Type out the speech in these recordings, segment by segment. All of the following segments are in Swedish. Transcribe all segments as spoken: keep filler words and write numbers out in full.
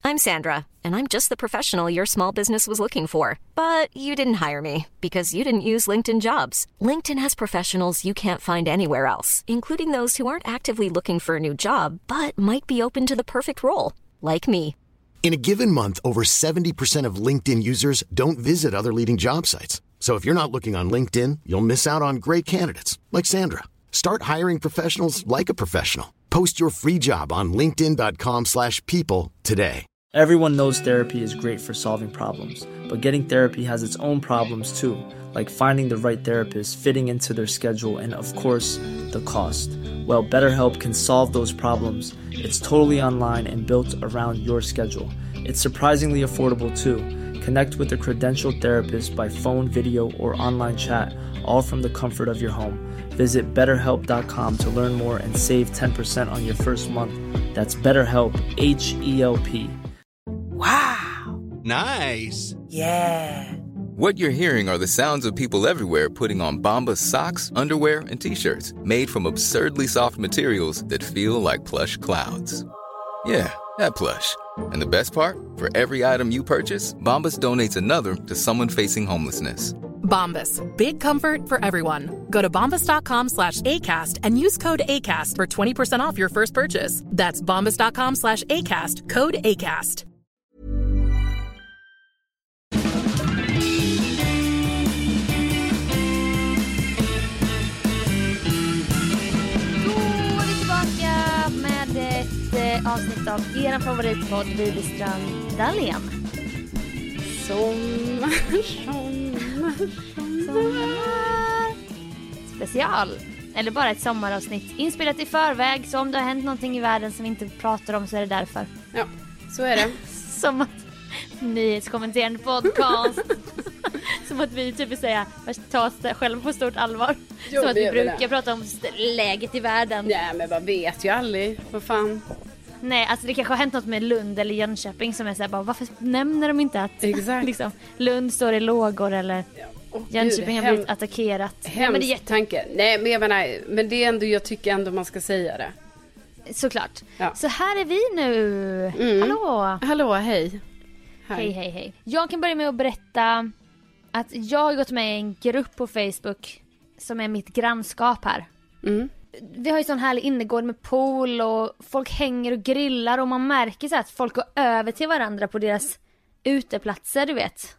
I'm Sandra, and I'm just the professional your small business was looking for. But you didn't hire me because you didn't use LinkedIn Jobs. LinkedIn has professionals you can't find anywhere else, including those who aren't actively looking for a new job, but might be open to the perfect role, like me. In a given month, over seventy percent of LinkedIn users don't visit other leading job sites. So if you're not looking on LinkedIn, you'll miss out on great candidates like Sandra. Start hiring professionals like a professional. Post your free job on linkedin dot com slash people today. Everyone knows therapy is great for solving problems, but getting therapy has its own problems too, like finding the right therapist, fitting into their schedule, and of course, the cost. Well, BetterHelp can solve those problems. It's totally online and built around your schedule. It's surprisingly affordable too. Connect with a credentialed therapist by phone, video, or online chat, all from the comfort of your home. Visit better help dot com to learn more and save ten percent on your first month. That's BetterHelp, H E L P. Wow. Nice. Yeah. What you're hearing are the sounds of people everywhere putting on Bombas socks, underwear, and T-shirts made from absurdly soft materials that feel like plush clouds. Yeah, that plush. And the best part? For every item you purchase, Bombas donates another to someone facing homelessness. Bombas, big comfort for everyone. Go to bombas dot com slash ACAST and use code ACAST for twenty percent off your first purchase. That's bombas dot com slash ACAST, code ACAST. Avsnitt av er favoritpodd Widerstrand Dahlén. Sommar, sommar, sommar. Special. Eller bara ett sommaravsnitt inspelat i förväg. Så om det har hänt någonting i världen som vi inte pratar om så är det därför. Ja, så är det. Som att nyhetskommenterande podcast. Som att vi typ säga ta oss själva på stort allvar. Jo, som att vi brukar det. prata om läget i världen. Nej, men vad vet ju aldrig. Vad fan. Nej, alltså det kanske har hänt något med Lund eller Jönköping som är så här, bara, varför nämner de inte att liksom, Lund står i lågor eller ja. oh, Jönköping Gud, har blivit hem, attackerat. Hemskt men det är jätte... tanke. Nej, men jag menar, men det är ändå, jag tycker ändå man ska säga det. Såklart. Ja. Så här är vi nu. Mm. Hallå. Hallå, hej. Hej, hej, hej. Jag kan börja med att berätta att jag har gått med i en grupp på Facebook som är mitt grannskap här. Mm. Vi har ju sån härlig innergård med pool och folk hänger och grillar och man märker så att folk går över till varandra på deras uteplatser, du vet.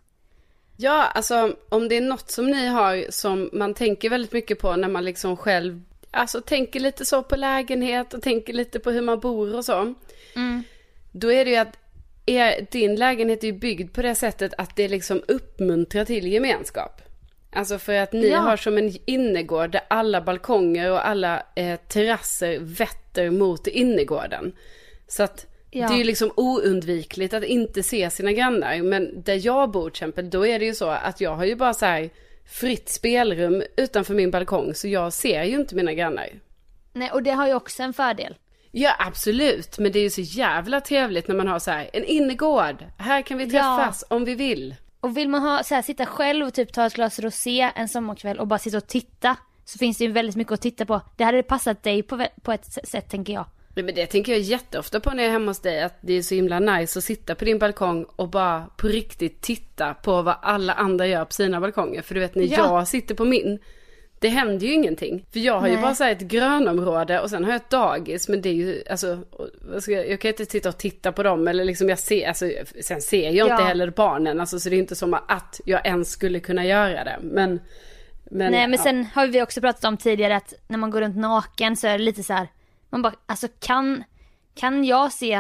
Ja, alltså om det är något som ni har som man tänker väldigt mycket på när man liksom själv alltså tänker lite så på lägenhet och tänker lite på hur man bor och så. Mm. Då är det ju att er, din lägenhet är ju byggd på det sättet att det liksom uppmuntrar till gemenskap. Alltså för att ni ja. har som en innergård där alla balkonger och alla eh, terrasser vetter mot innergården. Så att ja. det är ju liksom oundvikligt att inte se sina grannar. Men där jag bor till exempel, då är det ju så att jag har ju bara så här fritt spelrum utanför min balkong. Så jag ser ju inte mina grannar. Nej, och det har ju också en fördel. Ja, absolut. Men det är ju så jävla trevligt när man har så här en innergård. Här kan vi träffas ja. om vi vill. Och vill man ha så här, sitta själv och typ ta ett glas rosé en sommarkväll och bara sitta och titta, så finns det ju väldigt mycket att titta på. Det hade passat dig på, på ett sätt, tänker jag. Ja, men det tänker jag jätteofta på när jag är hemma hos dig, att det är så himla nice att sitta på din balkong och bara på riktigt titta på vad alla andra gör på sina balkonger. För du vet, när ja. jag sitter på min, det händer ju ingenting. För jag har Nej. ju bara så här ett grönområde och sen har jag ett dagis. Men det är ju, alltså, jag kan inte sitta och titta på dem. Eller liksom jag ser, alltså, sen ser jag ja. inte heller barnen. Alltså, så det är inte som att jag ens skulle kunna göra det. Men, men, Nej, men ja. sen har vi också pratat om tidigare att när man går runt naken så är det lite så här. Man bara, alltså kan, kan jag se,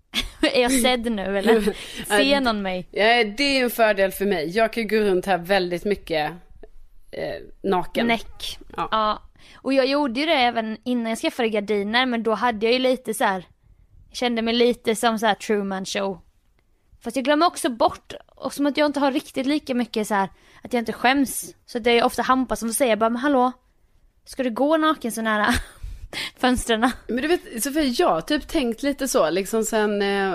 är jag sedd nu eller ser någon mig? Ja, det är en fördel för mig. Jag kan gå runt här väldigt mycket eh, naken. Näck. Ja. ja. Och jag gjorde ju det även innan jag skaffade gardiner, men då hade jag ju lite så här, jag kände mig lite som så här Truman Show. Fast jag glömmer också bort, och som att jag inte har riktigt lika mycket så här, att jag inte skäms. Så det är ofta Hampa som säger bara, men hallå, ska du gå naken så nära fönstren? Men du vet, Sofie, jag har typ tänkt lite så, liksom sen, eh,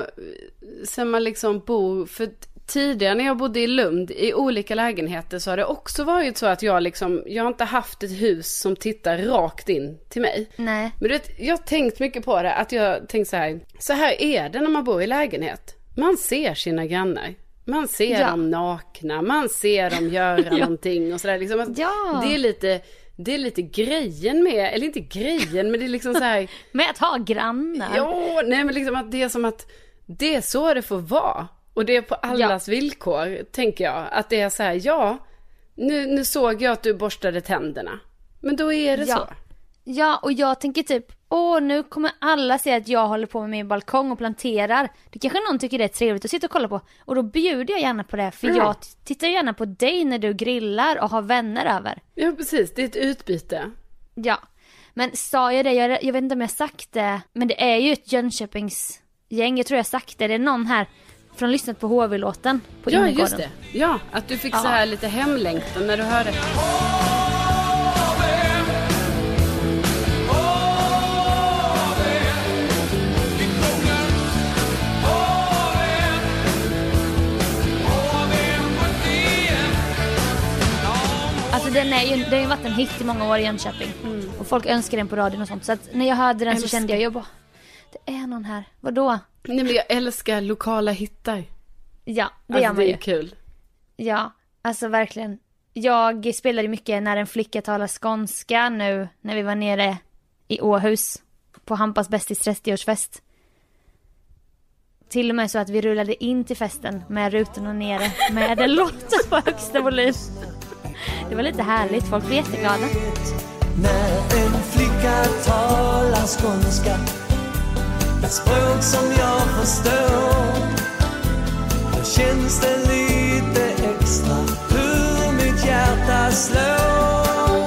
sen man liksom bor, för tidigare när jag bodde i Lund i olika lägenheter så har det också varit så att jag liksom, jag har inte haft ett hus som tittar rakt in till mig. Nej. Men du vet, jag har tänkt mycket på det, att jag tänkt så här, så här är det när man bor i lägenhet. man ser sina grannar. Man ser Ja. dem nakna, man ser dem göra Ja. någonting och sådär. Liksom att Ja. det är lite, det är lite grejen med, eller inte grejen, men det är liksom så här. Med att ha grannar. Ja, nej men liksom att det är som att det är så det får vara. Och det är på allas villkor, tänker jag. Att det är så här, ja, nu, nu såg jag att du borstade tänderna. Men då är det Ja. så. Ja, och jag tänker typ, åh, nu kommer alla se att jag håller på med min balkong och planterar. Det kanske någon tycker det är trevligt att sitta och kolla på. Och då bjuder jag gärna på det, för Ja. jag t- tittar gärna på dig när du grillar och har vänner över. Ja, precis. Det är ett utbyte. Ja, men sa jag det, jag, jag vet inte om jag sagt det, men det är ju ett Jönköpingsgäng, jag tror jag sagt det. Det är någon här från lyssnat på H V-låten på Ja, innergården. just det. Ja, att du fick Ja. så här lite hemlängtan när du hörde. Alltså den är ju, det har ju varit en hit i många år i Jönköping. Mm. Och folk önskar den på radion och sånt. Så att när jag hörde den så Älskar. kände jag, jag bara, det är någon här. Vadå? Nej, men jag älskar lokala hittar. Ja, det Alltså, gör man det ju. är kul. Ja, alltså verkligen. Jag spelade mycket När en flicka talar skånska nu när vi var nere i Åhus på Hampas bästis trettioårsfest. Till och med så att vi rullade in till festen med rutorna nere med den låten på högsta volym. Det var lite härligt, folk blev jätteglada. När en flicka talar skånska, ett språk som jag förstår, då känns det lite extra hur mitt hjärta slår.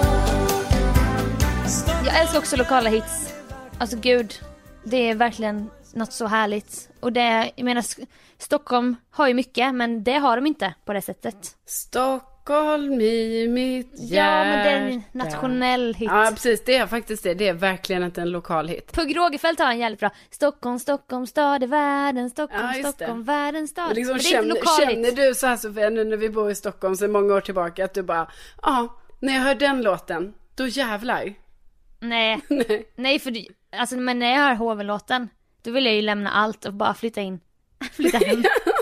Jag älskar också lokala hits. Alltså gud, det är verkligen något så härligt. Och det, jag menar, Sk- Stockholm har ju mycket, men det har de inte på det sättet. Stockholm i mitt hjärta. Ja, men det är en nationell hit. Ja, precis. Det är faktiskt det. Det är verkligen inte en lokal hit. Pugh Rogefeldt har en jävligt bra. Stockholm, Stockholm, stad är världen. Stockholm, Ja, just Stockholm, det. världens stad. Men liksom, Men det är inte känner, lokal känner hit. du så här, Sofia, nu när vi bor i Stockholm sedan många år tillbaka, att du bara, ja, när jag hör den låten, då jävlar. Nej, Nej. nej för du, alltså, men när jag hör H V-låten, då vill jag ju lämna allt och bara flytta in. Flytta hem.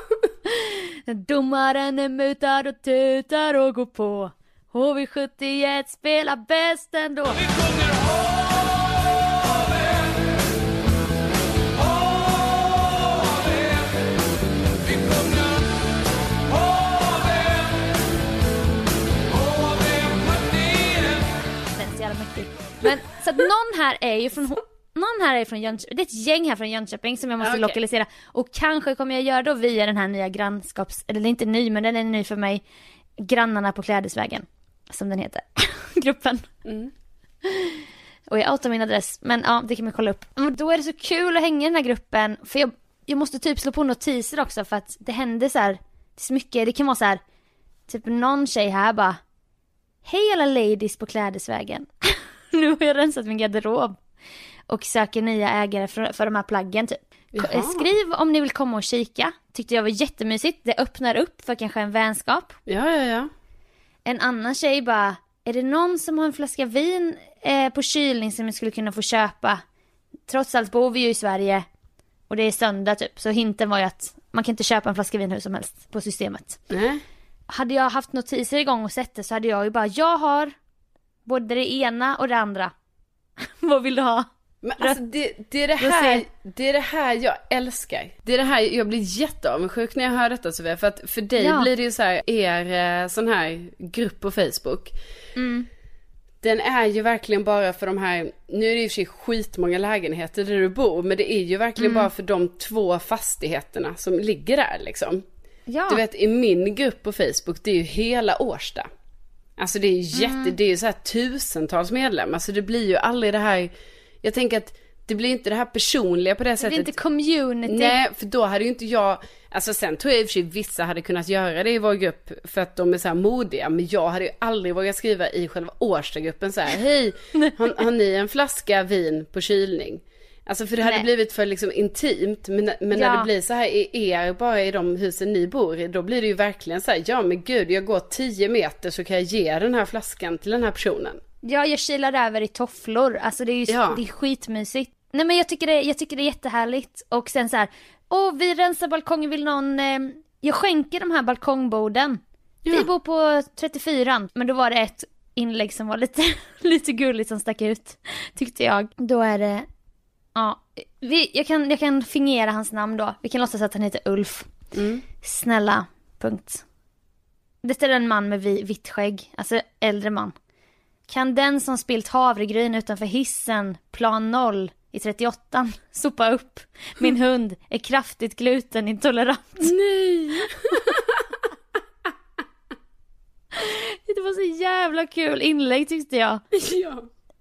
Domaren är mutad och tutar och går på. H V sjuttioett spelar bäst ändå. Den är så jävla mäktig. Men så att någon här är ju från Någon här är från Jönköping. Det är ett gäng här från Jönköping som jag måste Okej. lokalisera. Och kanske kommer jag göra då via den här nya grannskaps... Eller det är inte ny, men den är ny för mig. Grannarna på Klädesvägen. Som den heter. Gruppen. Mm. Och jag outar min adress. Men ja, det kan man kolla upp. Men då är det så kul att hänga i den här gruppen. För jag, jag måste typ slå på notiser också. För att det händer så här... Det är så mycket. Det kan vara så här... Typ någon tjej här bara... Hej alla ladies på Klädesvägen. Nu har jag rensat min garderob. Och söker nya ägare för, för de här plaggen typ. Jaha. Skriv om ni vill komma och kika. Tyckte jag var jättemysigt. Det öppnar upp för kanske en vänskap. Ja, ja, ja. En annan tjej bara, är det någon som har en flaska vin eh, på kylning som jag skulle kunna få köpa? Trots allt bor vi ju i Sverige. Och det är söndag typ. Så hinten var ju att man kan inte köpa en flaska vin hur som helst på systemet. Nej. Hade jag haft notiser igång och sett det så hade jag ju bara, jag har både det ena och det andra. Vad vill du ha? Men alltså det, det, är det, här, det är det här jag älskar. Det är det här jag blir jätteavundsjuk när jag hör detta, Sofia. För att för dig Ja. blir det ju så här, er eh, sån här grupp på Facebook. Mm. Den är ju verkligen bara för de här, nu är det ju i och för sig skitmånga lägenheter där du bor. Men det är ju verkligen Mm. bara för de två fastigheterna som ligger där liksom. Ja. Du vet, i min grupp på Facebook, det är ju hela Årsta. Alltså det är ju jätte, Mm. det är ju så här tusentals medlemmar. Så det blir ju aldrig det här, jag tänker att det blir inte det här personliga på det, Det sättet. blir inte community. Nej, för då hade ju inte jag, alltså sen tror jag i och för sig vissa hade kunnat göra det i vår grupp för att de är så här modiga, men jag hade ju aldrig vågat skriva i själva Årstagruppen så här: hej, har, har ni en flaska vin på kylning? Alltså för det hade Nej. blivit för liksom intimt, men, men Ja. när det blir så här i er, bara i de husen ni bor i, då blir det ju verkligen så här: ja men gud, jag går tio meter så kan jag ge den här flaskan till den här personen. Ja, jag kilar över i tofflor. Alltså det är ju Ja. det är skitmysigt. Nej men jag tycker det, jag tycker det är jättehärligt. Och sen så här, Och vi rensar balkongen, vill någon... Eh, jag skänker de här balkongborden. Ja. Vi bor på trettiofyran, men då var det ett inlägg som var lite, lite gulligt som stack ut, tyckte jag. Då är det... Ja, vi, jag, kan, jag kan fingera hans namn då. Vi kan låtsas att han heter Ulf. Mm. Snälla, punkt. Det är en man med vitt skägg, alltså äldre man. Kan den som spilt havregryn utanför hissen, plan noll i trettioåtta, sopa upp? Min hund är kraftigt glutenintolerant. Nej! Det var så jävla kul inlägg, tyckte jag. Ja.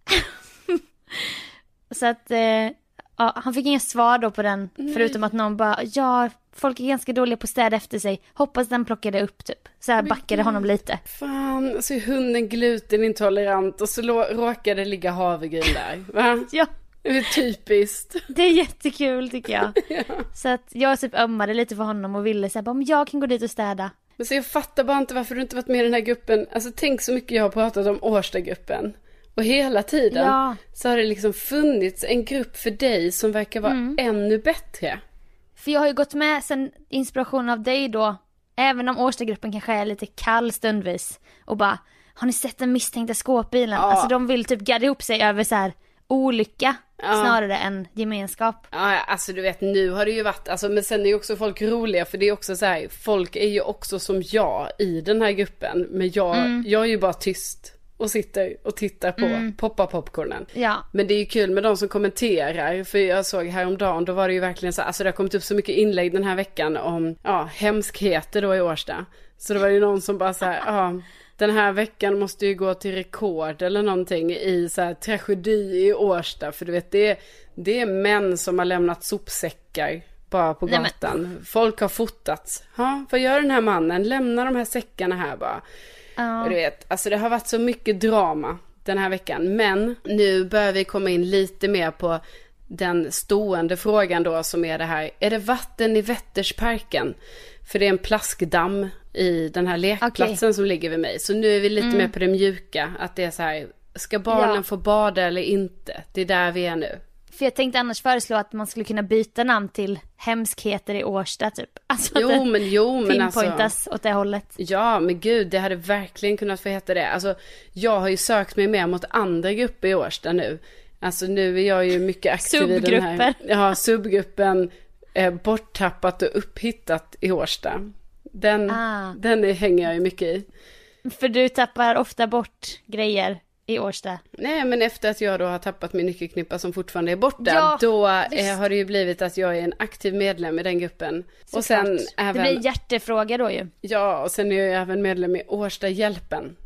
Så att eh, ja, han fick inga svar då på den. Nej. Förutom att någon bara, ja, folk är ganska dåliga på städ efter sig. Hoppas den plockade upp typ. Så här backade honom lite. Fan, så är hunden glutenintolerant och så råkade ligga havregryn där. Va? Ja. Det är typiskt. Det är jättekul tycker jag. Ja. Så att jag typ ömmade lite för honom och ville säga, om jag kan gå dit och städa. Men så jag fattar bara inte varför du inte varit med i den här gruppen. Alltså tänk så mycket jag har pratat om Årstagruppen. Och hela tiden ja. så har det liksom funnits en grupp för dig som verkar vara mm. ännu bättre. För jag har ju gått med sen inspiration av dig då. Även om Årstagruppen kanske är lite kall stundvis. Och bara, har ni sett den misstänkta skåpbilen? Ja. Alltså de vill typ gadda ihop sig över så här olycka. Ja. Snarare än gemenskap. Ja, alltså du vet, nu har det ju varit alltså, men sen är ju också folk roliga. För det är också så här, folk är ju också som jag i den här gruppen. Men jag, mm. jag är ju bara tyst och sitter och tittar på mm. poppa popcornen. Ja. Men det är ju kul med de som kommenterar. För jag såg häromdagen, då var det ju verkligen så, alltså det har kommit upp så mycket inlägg den här veckan om ja, hemskheter då i Årsta. Så det var ju någon som bara så här, ja, den här veckan måste ju gå till rekord eller någonting i så här tragedi i Årsta. För du vet, det är, det är män som har lämnat sopsäckar bara på gatan. Nej, men... Folk har fotats. Ja, vad gör den här mannen? Lämna de här säckarna här bara. Ja. Och du vet, alltså det har varit så mycket drama den här veckan. Men nu börjar vi komma in lite mer på den stående frågan då, som är det här. Är det vatten i Vättersparken? För det är en plaskdamm i den här lekplatsen okay. som ligger vid mig. Så nu är vi lite mm. mer på det mjuka. Att det är så här, ska barnen ja. få bada eller inte? Det är där vi är nu. För jag tänkte annars föreslå att man skulle kunna byta namn till hemskheter i Årsta typ. Alltså jo, att men jo, men pinpointas alltså, åt det hållet. Ja, men gud, det hade verkligen kunnat få heta det. Alltså, jag har ju sökt mig mer mot andra grupper i Årsta nu. Alltså nu är jag ju mycket aktiv i den här. Ja, subgruppen eh, borttappat och upphittat i Årsta. Den, ah. den är, hänger jag ju mycket i. För du tappar ofta bort grejer i Årsta. Nej, men efter att jag då har tappat min nyckelknippa som fortfarande är borta, ja, då eh, har det ju blivit att jag är en aktiv medlem i den gruppen. Så och sen även, det blir hjärtefråga då ju. Ja, och sen är jag även medlem i Årsta hjälpen.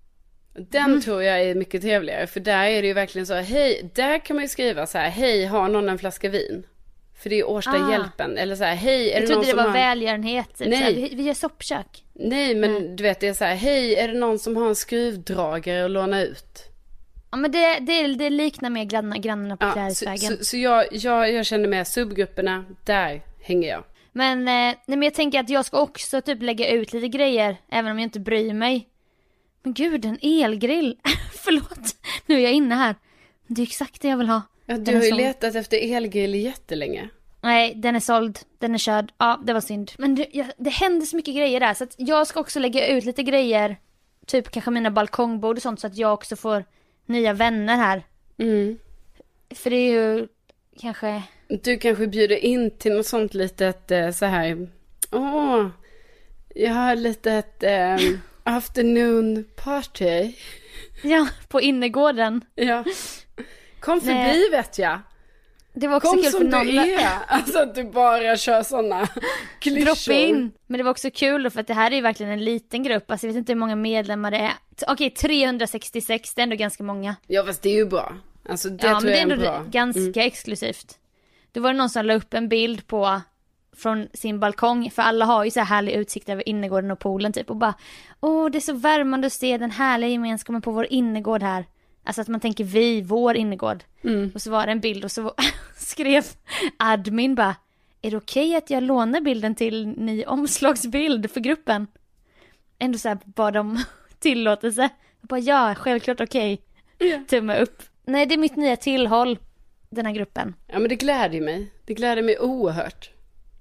Den mm. tror jag är mycket trevligare, för där är det ju verkligen så, hej, där kan man ju skriva så här, hej, har någon en flaska vin? För det är Årsta ah. hjälpen. Eller så här, hej, är jag det någon som som har... Jag trodde det var har... välgörenhet. Typ. Nej. Så här, vi gör soppkök. Nej, men Nej. du vet, det är så här, hej, är det någon som har en skruvdragare att låna ut? Ja, men det, det, det liknar mer grannarna, grannarna på ja, Klädesvägen. Så, så, så jag, jag, jag känner med subgrupperna, där hänger jag. Men, eh, nej, men jag tänker att jag ska också typ lägga ut lite grejer, även om jag inte bryr mig. Men gud, en elgrill. Förlåt, nu är jag inne här. Det är exakt det jag vill ha. Ja, du har ju såld. letat efter elgrill jättelänge. Nej, den är såld. Den är körd. Ja, det var synd. Men det, ja, det händer så mycket grejer där. Så att jag ska också lägga ut lite grejer. Typ kanske mina balkongbord och sånt. Så att jag också får nya vänner här. Mm. För det är ju kanske... Du kanske bjuder in till något sånt litet så här... Åh, jag har ett litet eh, afternoon party. Ja, på innergården. Ja. Kom förbi, Nej. vet jag. Det var också Kom kul som för någon... du är. Alltså att du bara kör såna klyschor. Droppa in. Men det var också kul för att det här är ju verkligen en liten grupp. Alltså jag vet inte hur många medlemmar det är. Okej, trehundrasextiosex. Det är ändå ganska många. Ja, fast det är ju bra. Alltså det ja, tror jag är men det är bra. ändå ganska mm. exklusivt. Då var det någon som la upp en bild på... från sin balkong, för alla har ju så här härlig utsikt över innergården och poolen typ, och bara, åh, det är så värmande att se den härliga gemenskapen på vår innergård här. Alltså att man tänker vi, vår innergård. Mm. Och så var det en bild och så skrev admin bara, är det okej okay att jag lånar bilden till ny omslagsbild för gruppen? Ändå så här bad de tillåtelse. Jag bara, ja, självklart okej. Okay. Yeah. Tumme upp. Nej, det är mitt nya tillhåll, den här gruppen. Ja, men det gläder mig. Det gläder mig oerhört.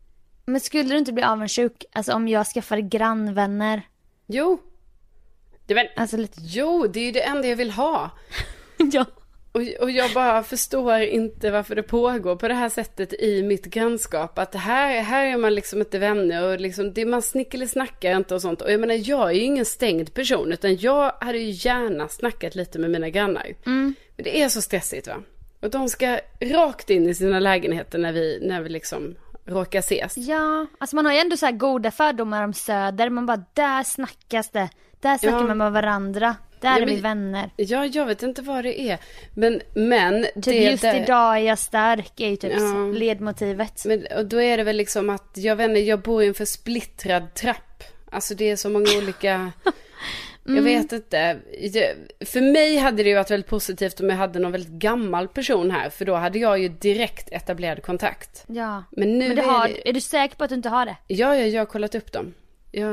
Men skulle du inte bli avundsjuk? Alltså om jag skaffade grannvänner? Jo. Det, men, alltså, lite... Jo, det är ju det enda jag vill ha. Ja. Och, och jag bara förstår inte varför det pågår på det här sättet i mitt grannskap. Att här, här är man liksom inte vänner och liksom, det, man snickar snackar inte och sånt. Och jag menar, jag är ju ingen stängd person, utan jag hade ju gärna snackat lite med mina grannar. Mm. Men det är så stressigt, va? Och de ska rakt in i sina lägenheter när vi, när vi liksom råkar ses. Ja, alltså man har ju ändå så här goda fördomar om söder. Man bara, där snackas det. Där snackar ja. man med varandra. Där ja, är vi vänner. Ja, jag vet inte vad det är. Men, men typ det, just det... idag är jag stark är ju typ ja. ledmotivet. Men och då är det väl liksom att jag vet inte, jag bor i en för splittrad trapp. Alltså det är så många olika... mm. Jag vet inte. För mig hade det ju varit väldigt positivt om jag hade någon väldigt gammal person här. För då hade jag ju direkt etablerad kontakt. Ja. Men nu Men det är, har, det... är du säker på att du inte har det? Ja, ja jag har kollat upp dem. Ja...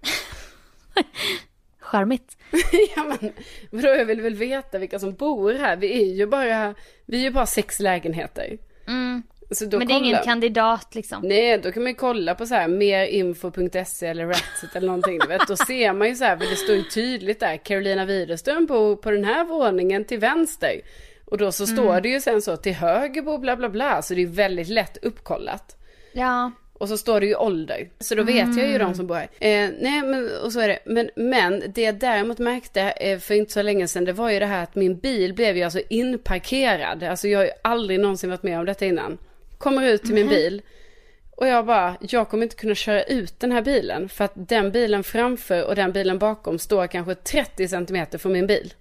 Charmigt. Ja, men vadå, jag vill väl veta vilka som bor här. Vi är ju bara, vi är ju bara sex lägenheter. Mm. Så då men det är kolla... ingen kandidat liksom. Nej, då kan man ju kolla på så här merinfo punkt se eller Ratset eller någonting. Vet. Då ser man ju så här, för det står ju tydligt där. Carolina Widerström bor på den här våningen till vänster. Och då så står mm. det ju sen så till höger på bla bla bla. Så det är väldigt lätt uppkollat. Ja. Och så står det ju ålder. Så då vet mm. jag ju de som bor här. Eh, nej, men, och så är det. Men, men det jag däremot märkte eh, för inte så länge sedan, det var ju det här att min bil blev ju alltså inparkerad. Alltså jag har ju aldrig någonsin varit med om detta innan. Kommer ut till mm. min bil. Och jag bara, jag kommer inte kunna köra ut den här bilen. För att den bilen framför och den bilen bakom står kanske trettio centimeter från min bil.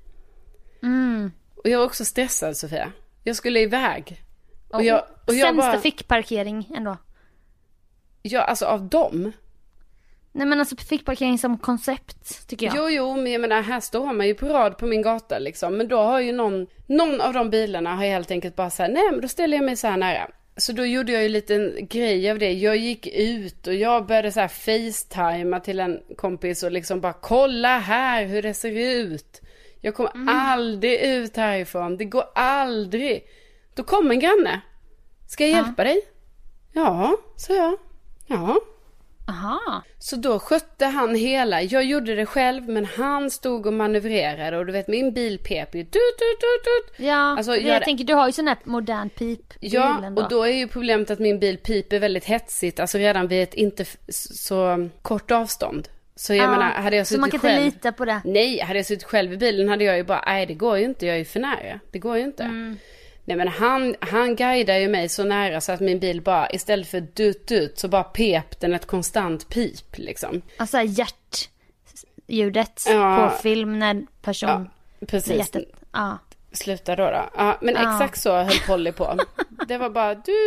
Mm. Och jag var också stressad, Sofia. Jag skulle iväg. Och, och jag, och jag sämsta bara... fickparkering ändå. Ja, alltså av dem. Nej, men alltså fickparkering som koncept, tycker jag. Jo, jo, men jag menar, här står man ju på rad på min gata liksom. Men då har ju någon, någon av de bilarna har helt enkelt bara så här, nej men då ställer jag mig så här nära. Så då gjorde jag ju en liten grej av det. Jag gick ut och jag började så här facetima till en kompis och liksom bara, kolla här hur det ser ut. Jag kommer mm. aldrig ut härifrån. Det går aldrig. Då kom en granne. Ska jag hjälpa ja. dig? Ja, så jag. Ja. Aha. Så då skötte han hela. Jag gjorde det själv, men han stod och manövrerade. Och du vet, min bil pep ju. Tut, tut, tut, tut. Ja, alltså, jag, jag tänker, du har ju sån här modern pip. Ja, då. Och då är ju problemet att min bil piper väldigt hetsigt. Alltså redan vid ett inte så kort avstånd. Så jag ja, menar, hade jag suttit så man kan själv, inte lita på det. Nej, hade jag suttit själv i bilen hade jag ju bara, nej det går ju inte, jag är ju för nära. Det går ju inte. Mm. Nej, men han, han guidar ju mig så nära så att min bil bara, istället för dut ut så bara pep den ett konstant pip liksom. Alltså hjärtljudet ja. på film när person... Ja, precis. Hjärtat, ja. Sluta då då. Ja, men ja. exakt så höll Polly på. Det var bara du.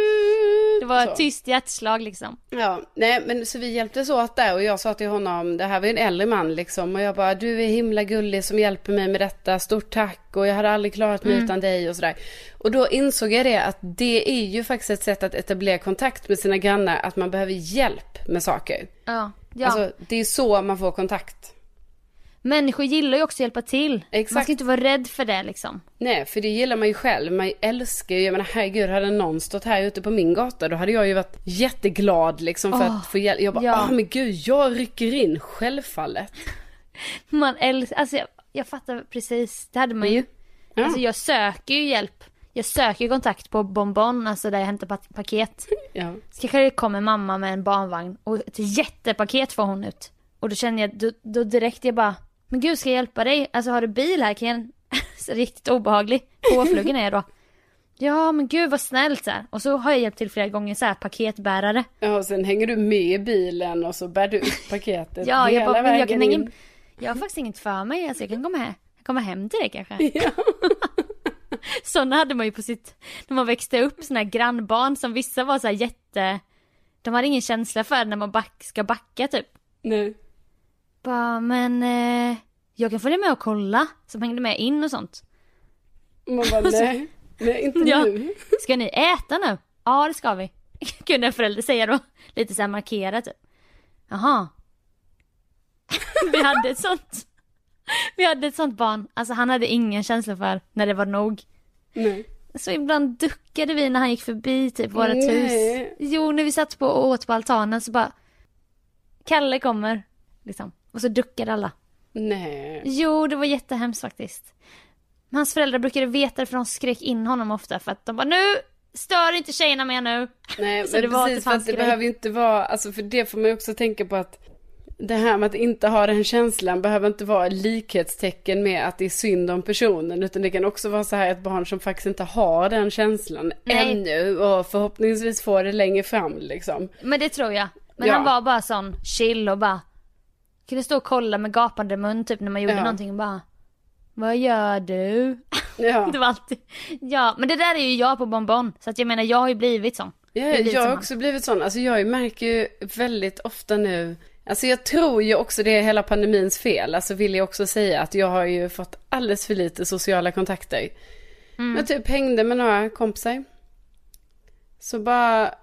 Det var ett tyst hjärtslag liksom. Ja, nej men så vi hjälptes åt där och jag sa till honom, det här var en äldre man liksom, och jag bara, du är himla gullig som hjälper mig med detta, stort tack och jag hade aldrig klarat mig mm. utan dig och sådär. Och då insåg jag det att det är ju faktiskt ett sätt att etablera kontakt med sina grannar, att man behöver hjälp med saker. Ja, ja. Alltså det är så man får kontakt. Människor gillar ju också att hjälpa till. Exakt. Man ska inte vara rädd för det liksom. Nej, för det gillar man ju själv. Man älskar ju, jag menar herregud, hade någon stått här ute på min gata, då hade jag ju varit jätteglad liksom för oh, att få hjälp. Jag bara, ja. ah, men gud, jag rycker in, självfallet. Man älskar, alltså jag, jag fattar precis, det hade man ju. Mm. Ja. Alltså jag söker ju hjälp. Jag söker kontakt på Bonbon, alltså där jag hämtar paket. Ja. Så kanske det kommer mamma med en barnvagn och ett jättepaket får hon ut. Och då känner jag, då, då direkt jag bara, men gud, ska jag hjälpa dig? Alltså har du bil här? Kan jag... Så riktigt obehaglig. Påflugen är jag då. Ja, men gud vad snällt så här. Och så har jag hjälpt till flera gånger så här, paketbärare. Ja, och sen hänger du med i bilen och så bär du upp paketet ja, hela jag bara, vägen jag kan in. Ingen... Jag har faktiskt inget för mig. Alltså jag kan komma här. Komma hem till dig kanske. Ja. Sådana hade man ju på sitt... När man växte upp, såna här grannbarn som vissa var så här jätte... De hade ingen känsla för när man back... ska backa typ. Nej. Bara, men eh, jag kan följa med och kolla. Som hängde med in och sånt. Man bara, nej, nej inte ja. nu. Ska ni äta nu? Ja, det ska vi. Kunde en förälder säga då. Lite så här markerat typ. Jaha. Vi hade ett sånt. Vi hade ett sånt barn. Alltså han hade ingen känsla för när det var nog. Nej. Så ibland duckade vi när han gick förbi typ vårat Nej. hus. Jo, när vi satt på och åt på altanen så bara Kalle kommer liksom. Och så duckade alla. Nej. Jo, det var jättehemskt faktiskt. Hans föräldrar brukade veta det för de skrek in honom ofta för att de bara nu stör inte tjejerna mer nu. Nej, så men det var precis, att för att det behöver ju inte vara, alltså för det får man ju också tänka på att det här med att inte ha den känslan behöver inte vara likhetstecken med att det är synd om personen, utan det kan också vara så här ett barn som faktiskt inte har den känslan Nej. ännu och förhoppningsvis får det längre fram liksom. Men det tror jag. Men Ja. han var bara sån chill och bara kunde stå och kolla med gapande mun typ när man gjorde Ja. någonting och bara vad gör du? Ja. Det var alltid ja, men det där är ju jag på Bonbon. Så att jag menar, jag har ju blivit sån. Ja, Jag har blivit jag har som också blivit sån. Alltså jag märker ju väldigt ofta nu. Alltså jag tror ju också det är hela pandemins fel. Alltså vill jag också säga att jag har ju fått alldeles för lite sociala kontakter. Mm. Jag typ hängde med några kompisar. Så bara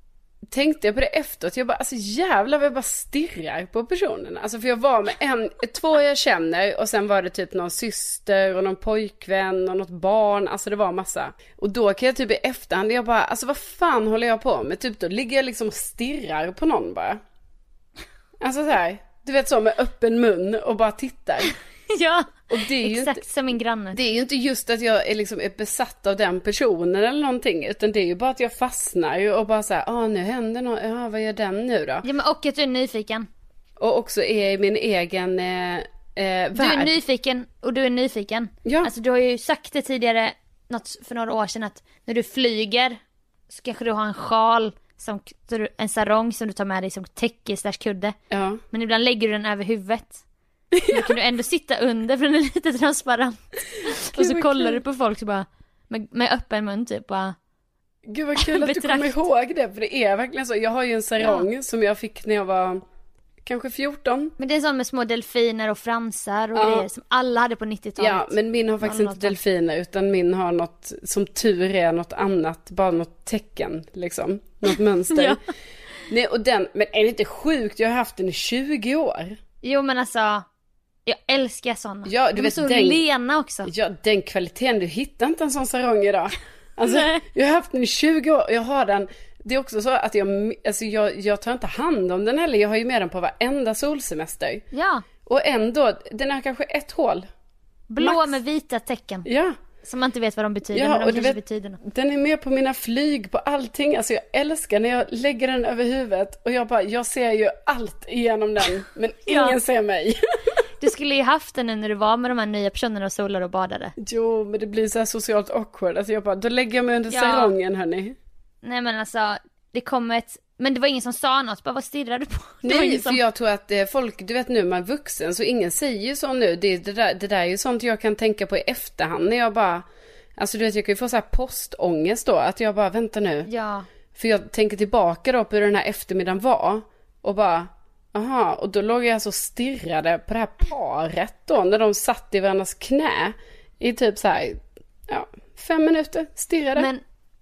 tänkte jag på det efteråt. Jag bara, alltså jävlar vad jag bara stirrar på personerna. Alltså för jag var med en, två jag känner. Och sen var det typ någon syster och någon pojkvän och något barn. Alltså det var massa. Och då kan jag typ i efterhand, jag bara, alltså vad fan håller jag på med? Typ då ligger jag liksom och stirrar på någon bara. Alltså så här, du vet så med öppen mun och bara tittar. Ja, och det är ju exakt inte, som min granne. Det är ju inte just att jag är, liksom, är besatt av den personen eller någonting. Utan det är ju bara att jag fastnar och bara så här, ah nu händer något, ja vad gör den nu då? Ja, men och att du är nyfiken. Och också är i min egen eh, eh, värld. Du är nyfiken och du är nyfiken. Ja. Alltså du har ju sagt det tidigare, något för några år sedan, att när du flyger så kanske du har en sjal, som, en sarong som du tar med dig som täcke slash kudde. Ja. Men ibland lägger du den över huvudet. Då kan du ändå sitta under för den är lite transparent. Och så kollar kul. Du på folk så bara med, med öppen mun typ bara. Gud vad kul att du kommer ihåg det. För det är verkligen så. Jag har ju en sarong ja. som jag fick när jag var kanske fjorton. Men det är sån med små delfiner och fransar och ja. grejer som alla hade på nittiotalet. Ja, men min har faktiskt inte delfiner, utan min har något, som tur är, något annat. Bara något tecken liksom. Något mönster. Ja. Nej, och den, men är det inte sjukt? Jag har haft den i tjugo år. Jo, men alltså jag älskar såna. Ja, du de vet, är så den, lena också. Ja, den kvaliteten, du hittar inte en sån sarong idag. Alltså, jag har haft den i tjugo år och jag har den. Det är också så att jag, alltså jag, jag tar inte hand om den heller. Jag har ju med den på varenda solsemester. Ja. Och ändå, den har kanske ett hål. Blå Max. med vita tecken. Ja. Som man inte vet vad de betyder, ja, men de och kanske vet, betyder något. Den är med på mina flyg, på allting. Alltså jag älskar när jag lägger den över huvudet. Och jag bara, jag ser ju allt igenom den. Men ingen ja. ser mig. Du skulle ju haft den när du var med de här nya personerna och solade och badade. Jo, men det blir så här socialt awkward. Alltså jag bara, då lägger jag mig under ja. sarongen, hörni. Nej men alltså, det kom ett... Men det var ingen som sa något, bara vad stirrar du på? Det Nej, som... för jag tror att eh, folk, du vet nu man är vuxen så ingen säger ju så nu. Det, det, där, det där är ju sånt jag kan tänka på i efterhand när jag bara... Alltså du vet, jag kan ju få så här postångest då. Att jag bara, vänta nu. Ja. För jag tänker tillbaka då på hur den här eftermiddagen var. Och bara, aha. Och då låg jag så stirrade på det här paret då. När de satt i varandras knä. I typ så här, ja, fem minuter. Stirrade. Men,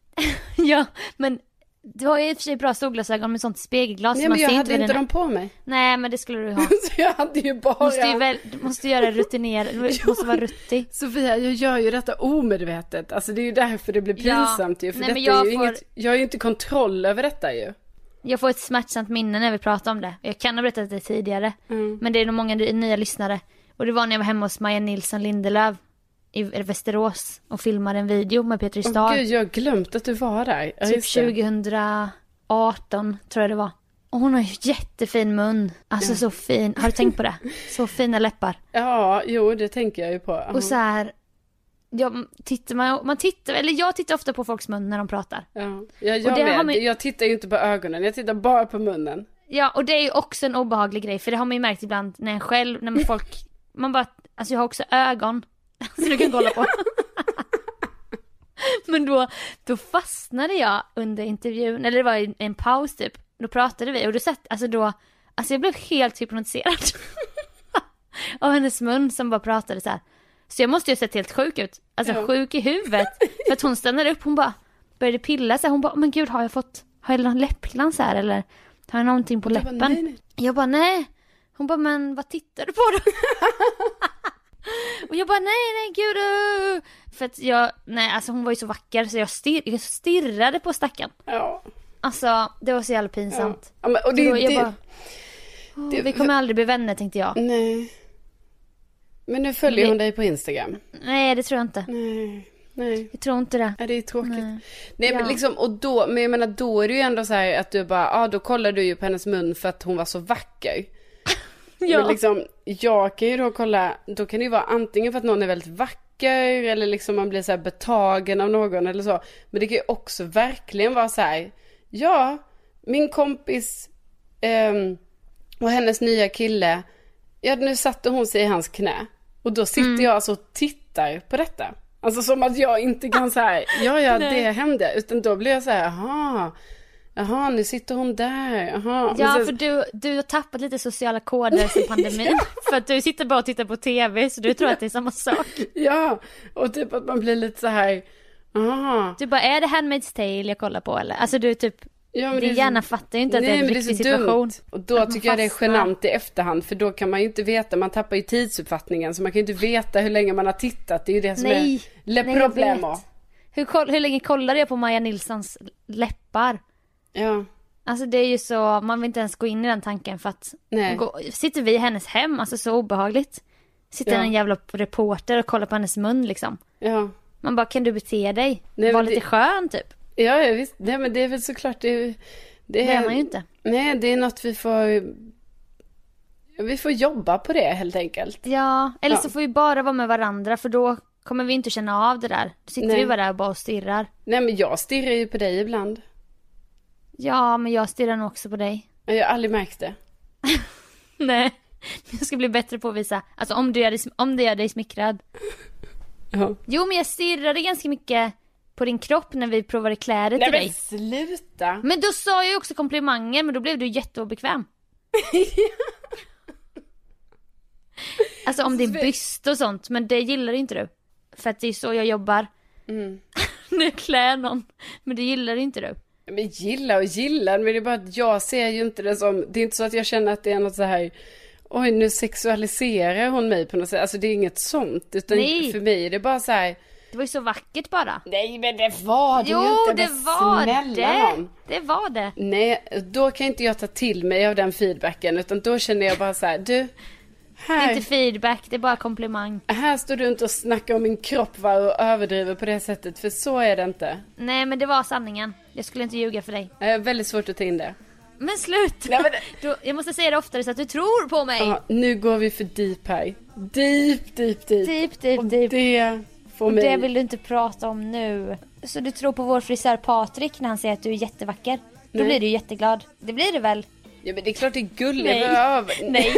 ja, men... Du har ju i och för sig bra solglasögon med sånt spegelglas. Nej, man men jag ser hade inte, inte dem på mig. Nej, men det skulle du ha. Så jag hade ju bara... Måste ju väl, du måste göra rutiner. Du måste vara ruttig. Sofia, jag gör ju detta omedvetet. Alltså det är ju därför det blir pinsamt ja. ju. För Nej, detta men jag, är ju får... inget, jag har ju inte kontroll över detta ju. Jag får ett smärtsamt minne när vi pratar om det. Jag kan ha berättat det tidigare. Mm. Men det är nog många nya lyssnare. Och det var när jag var hemma hos Maja Nilsson Lindelöf i Västerås och filmade en video med Petri Star. Åh gud, jag har glömt att du var där. Ja, typ tjugohundraarton tror jag det var. Och hon har ju jättefin mun. Alltså ja. så fin. Har du tänkt på det? Så fina läppar. Ja, jo det tänker jag ju på. Uh-huh. Och så här... Ja, tittar man, man tittar, eller jag tittar ofta på folks mun när de pratar. Ja, ja jag med. Man... Jag tittar ju inte på ögonen. Jag tittar bara på munnen. Ja, och det är ju också en obehaglig grej. För det har man ju märkt ibland när en själv, när man folk... Man bara... Alltså jag har också ögon. Så du kan kolla på. Men då, då fastnade jag under intervjun. Eller det var en paus typ. Då pratade vi och då satt, alltså då, alltså jag blev helt hypnotiserad av hennes mun som bara pratade så här. Så jag måste ju ha sett helt sjuk ut. Alltså ja. sjuk i huvudet. För att hon stannade upp, hon bara började pilla så här. Hon bara, men gud, har jag fått, har jag någon läppglans här eller har jag någonting på jag läppen? Bara, nej, nej. Jag bara, nej. Hon bara, men vad tittar du på då? Och jag bara nej nej gud. Uh. För att jag, nej alltså hon var ju så vacker så jag, stir, jag stirrade på stackaren. Ja. Alltså det var så jävla pinsamt. Ja. Men, och det, då, jag det, bara, oh, det, vi kommer aldrig bli vänner tänkte jag. Nej. Men nu följer det, hon dig på Instagram. Nej det tror jag inte. Nej. Nej. Jag tror inte det. Ja, det är tråkigt. Nej, Nej ja. men liksom, och då, men jag menar då är det ju ändå så här att du bara, ja ah, då kollar du ju på hennes mun för att hon var så vacker. Ja. Men liksom, jag kan ju då kolla, då kan det ju vara antingen för att någon är väldigt vacker eller liksom man blir så här betagen av någon eller så. Men det kan ju också verkligen vara så här, ja, min kompis eh, och hennes nya kille, ja nu satte hon sig i hans knä. Och då sitter mm. jag alltså och tittar på detta. Alltså som att jag inte kan säga, ja ja det hände. Utan då blir jag så här, jaha, jaha nu sitter hon där. Jaha. Ja sen... för du, du har tappat lite sociala koder sen pandemin. För att du sitter bara och tittar på tv så du tror att det är samma sak. Ja, och typ att man blir lite så här, jaha. Du bara, är det Handmaid's Tale jag kollar på eller? Alltså du typ, ja, din så... hjärna fattar ju inte att nej, det är en men riktig det är så situation. Dumt. Och då tycker jag det är genant i efterhand. För då kan man ju inte veta, man tappar ju tidsuppfattningen. Så man kan ju inte veta hur länge man har tittat. Det är ju det som nej, är le nej, problema. Hur, hur länge kollade jag på Maja Nilssons läppar? Ja. Alltså det är ju så, man vill inte ens gå in i den tanken för att gå, sitter vi i hennes hem, alltså så obehagligt. Sitter ja. en jävla reporter och kollar på hennes mun liksom. Ja. Man bara, kan du bete dig? Nej, Var det... lite skön typ. Ja, ja visst. Nej, men det är väl såklart det är, det, det är man ju inte. Nej, det är något vi får vi får jobba på det helt enkelt. Ja, eller ja. så får vi bara vara med varandra för då kommer vi inte känna av det där. Då sitter nej. vi bara där och bara och stirrar. Nej, men jag stirrar ju på dig ibland. Ja, men jag stirrar nog också på dig. Jag har aldrig märkt det. Nej, jag ska bli bättre på att visa. Alltså om du gör dig, om det gör dig smickrad. Ja. Jo, men jag stirrade ganska mycket på din kropp när vi provade kläder till nej, dig. Men sluta. Men då sa jag ju också komplimanger, men då blev du jätteobekväm. Alltså om det är byst och sånt, men det gillar inte du. För att det är så jag jobbar. Mm. När jag klär någon. Men det gillar inte du. Men gillar och gillar, men det är bara att jag ser ju inte det som, det är inte så att jag känner att det är något så här, oj nu sexualiserar hon mig på något sätt. Alltså det är inget sånt, utan nej. För mig är det bara så här. Det var ju så vackert bara. Nej, men det var det jo, ju inte. det var det. Någon. Det var det. Nej, då kan inte jag ta till mig av den feedbacken, utan då känner jag bara så här, du, här. Det är inte feedback, det är bara komplimang. Här står du inte och snackar om min kropp va, och överdriver på det sättet, för så är det inte. Nej, men det var sanningen. Jag skulle inte ljuga för dig. Jag är väldigt svårt att ta in det. Men slut! Nej, men det... då, jag måste säga det oftare så att du tror på mig. Ja, nu går vi för deep här. Deep, deep, deep. Deep, deep, och deep. Det får och mig... det vill du inte prata om nu. Så du tror på vår frisör Patrik när han säger att du är jättevacker. Då nej. Blir du jätteglad. Det blir du väl? Ja, men det är klart det är gulligt. Nej. Nej.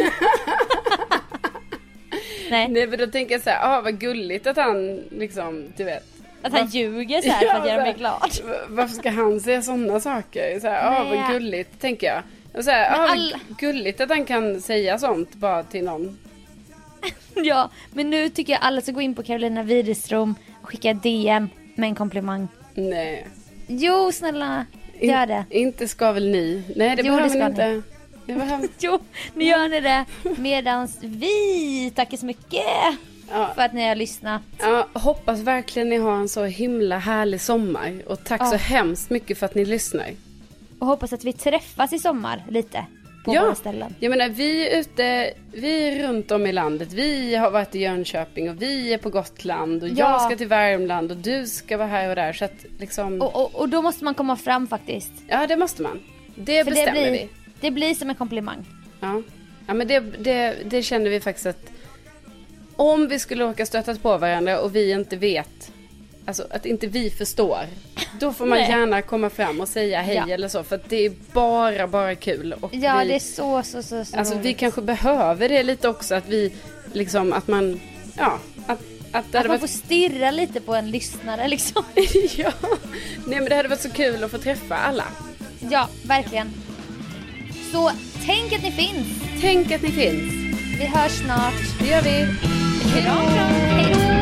Nej. Nej, men då tänker jag så här, ah, vad gulligt att han liksom, du vet. Att han ljuger så här för att göra mig glad. Varför ska han säga sådana saker? Så här, ah, vad gulligt, tänker jag. Och så här, ah, all... gulligt att han kan säga sånt bara till någon. Ja, men nu tycker jag alla ska gå in på Carolina Widerström och skicka D M med en komplimang. Nej. Jo, snälla, gör det. In, inte ska väl ni? Nej, det jo, behöver ni inte. Det behöver... Jo, nu gör ni det. Medans vi tackar så mycket ja. För att ni har lyssnat. Ja, hoppas verkligen ni har en så himla härlig sommar. Och tack ja. Så hemskt mycket för att ni lyssnar. Och hoppas att vi träffas i sommar lite. På ja, våra ställen. Jag menar, vi är ute, vi är runt om i landet. Vi har varit i Jönköping och vi är på Gotland. Och ja. Jag ska till Värmland och du ska vara här och där. Så att liksom... och, och, och då måste man komma fram faktiskt. Ja, det måste man. Det för bestämmer det blir, vi. Det blir som en komplimang. Ja, ja men det, det, det känner vi faktiskt att om vi skulle åka stötas på varandra och vi inte vet, alltså att inte vi förstår, då får man gärna komma fram och säga hej ja. Eller så, för att det är bara, bara kul. Och ja, vi, det är så, så, så, så alltså roligt. Vi kanske behöver det lite också, att vi liksom, att man, ja, att Att, att man varit... får stirra lite på en lyssnare liksom. Ja, nej men det hade varit så kul att få träffa alla. Ja, verkligen. Så tänk att ni finns. Tänk att ni finns. Vi hörs snart. Det gör vi. Hej då. Hej då.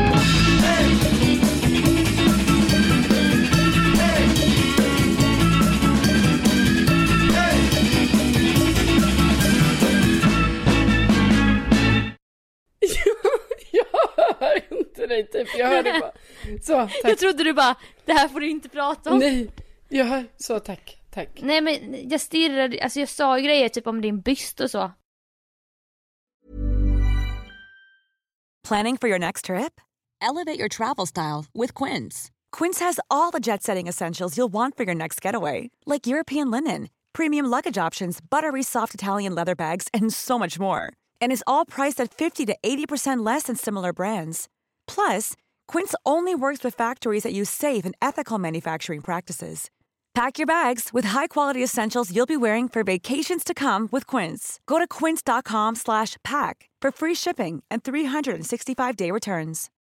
Ja, ja. dig typ. Jag hörde bara. Så, tack. Jag trodde du bara, det här får du inte prata om. Nej, jag hör. Så, tack. Tack. Nej, men jag stirrade, alltså jag sa ju grejer typ om din byst och så. Planning for your next trip? Elevate your travel style with Quince. Quince has all the jet-setting essentials you'll want for your next getaway, like European linen, premium luggage options, buttery soft Italian leather bags, and so much more. And is all priced at fifty to eighty percent less than similar brands. Plus, Quince only works with factories that use safe and ethical manufacturing practices. Pack your bags with high-quality essentials you'll be wearing for vacations to come with Quince. Go to quince.com slash pack for free shipping and three sixty-five day returns.